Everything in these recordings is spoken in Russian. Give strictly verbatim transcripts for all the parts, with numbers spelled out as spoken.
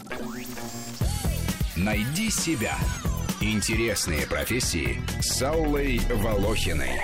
Найди себя. Интересные профессии с Аллой Волохиной.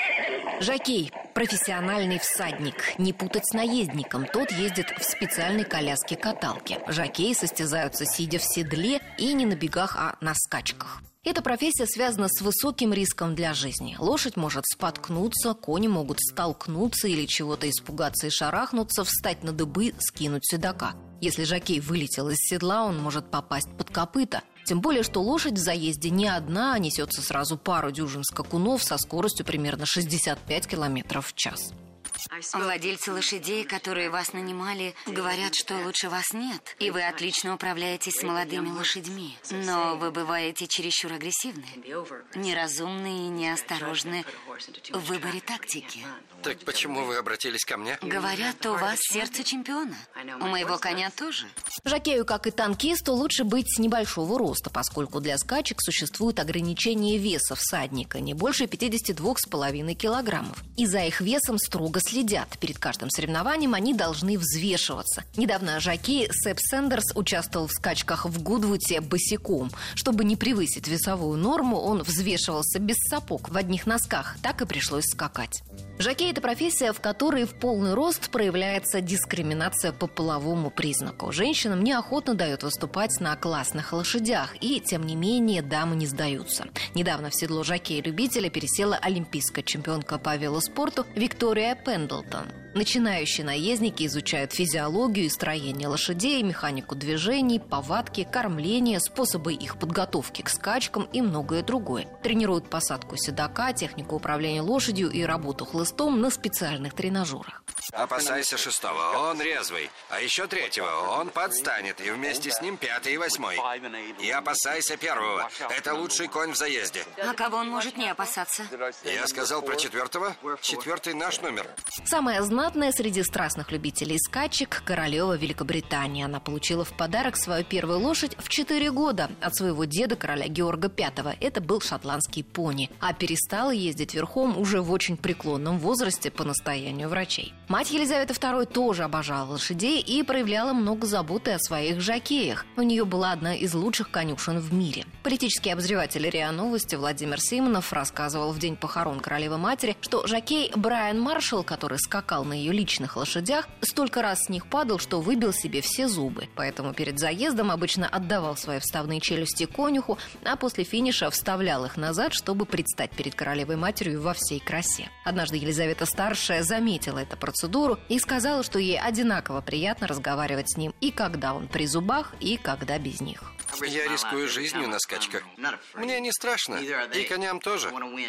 Жокей – профессиональный всадник. Не путать с наездником. Тот ездит в специальной коляске-каталке. Жокеи состязаются, сидя в седле и не на бегах, а на скачках. Эта профессия связана с высоким риском для жизни. Лошадь может споткнуться, кони могут столкнуться или чего-то испугаться и шарахнуться, встать на дыбы, скинуть седока. Если жокей вылетел из седла, он может попасть под копыта. Тем более, что лошадь в заезде не одна, а несется сразу пару дюжин скакунов со скоростью примерно шестьдесят пять километров в час. Владельцы лошадей, которые вас нанимали, говорят, что лучше вас нет, и вы отлично управляетесь с молодыми лошадьми. Но вы бываете чересчур агрессивны, неразумны и неосторожны в выборе тактики. Так почему вы обратились ко мне? Говорят, у вас сердце чемпиона. У моего коня тоже. Жокею, как и танкисту, лучше быть небольшого роста, поскольку для скачек существует ограничение веса всадника, не больше пятьдесят два с половиной килограммов. И за их весом строго следят. Перед каждым соревнованием они должны взвешиваться. Недавно жокей Сэп Сэндерс участвовал в скачках в Гудвуде босиком. Чтобы не превысить весовую норму, он взвешивался без сапог, в одних носках. Так и пришлось скакать. Жокей – это профессия, в которой в полный рост проявляется дискриминация по половому признаку. Женщинам неохотно дают выступать на классных лошадях, и, тем не менее, дамы не сдаются. Недавно в седло жокея-любителя пересела олимпийская чемпионка по велоспорту Виктория Пендлтон. Начинающие наездники изучают физиологию и строение лошадей, механику движений, повадки, кормление, способы их подготовки к скачкам и многое другое. Тренируют посадку седока, технику управления лошадью и работу хлыстом на специальных тренажерах. Опасайся шестого, он резвый. А еще третьего, он подстанет, и вместе с ним пятый и восьмой. И опасайся первого, это лучший конь в заезде. А кого он может не опасаться? Я сказал про четвертого, четвертый наш номер. Самая знатная среди страстных любителей скачек – королева Великобритании. Она получила в подарок свою первую лошадь в четыре года от своего деда, короля Георга Пятого. Это был шотландский пони. А перестала ездить верхом уже в очень преклонном возрасте по настоянию врачей. Мать Елизавета Второй тоже обожала лошадей и проявляла много заботы о своих жокеях. У нее была одна из лучших конюшен в мире. Политический обозреватель РИА Новости Владимир Симонов рассказывал в день похорон королевы-матери, что жокей Брайан Маршалл, который скакал на ее личных лошадях, столько раз с них падал, что выбил себе все зубы. Поэтому перед заездом обычно отдавал свои вставные челюсти конюху, а после финиша вставлял их назад, чтобы предстать перед королевой-матерью во всей красе. Однажды Елизавета Старшая заметила эту процедуру и сказала, что ей одинаково приятно разговаривать с ним и когда он при зубах, и когда без них. Я рискую жизнью на скачках. Мне не страшно. И коням тоже.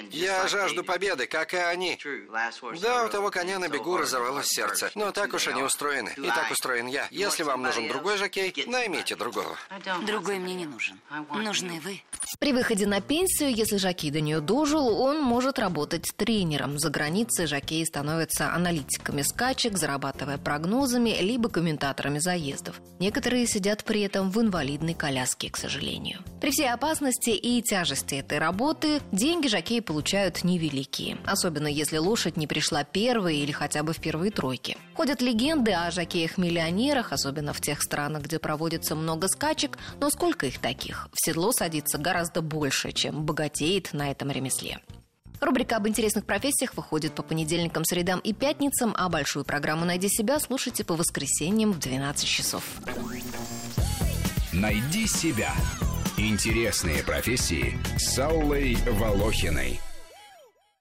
Я жажду победы, как и они. Да, у того коня на бегу разорвалось сердце. Но так уж они устроены. И так устроен я. Если вам нужен другой жокей, наймите другого. Другой мне не нужен. Нужны вы. При выходе на пенсию, если жокей до нее дожил, он может работать тренером. За границей жокеи становятся аналитиками скачек, зарабатывая прогнозами, либо комментаторами заездов. Некоторые сидят при этом в инвалидной коляске, к сожалению. При всей опасности и тяжести этой работы деньги жокеи получают невеликие. Особенно если лошадь не пришла первой или хотя бы в первые тройки. Ходят легенды о жокеях-миллионерах, особенно в тех странах, где проводится много скачек. Но сколько их таких? В седло садится гораздо больше, чем богатеет на этом ремесле. Рубрика об интересных профессиях выходит по понедельникам, средам и пятницам, а большую программу «Найди себя» слушайте по воскресеньям в двенадцать часов. Найди себя. Интересные профессии с Аллой Волохиной.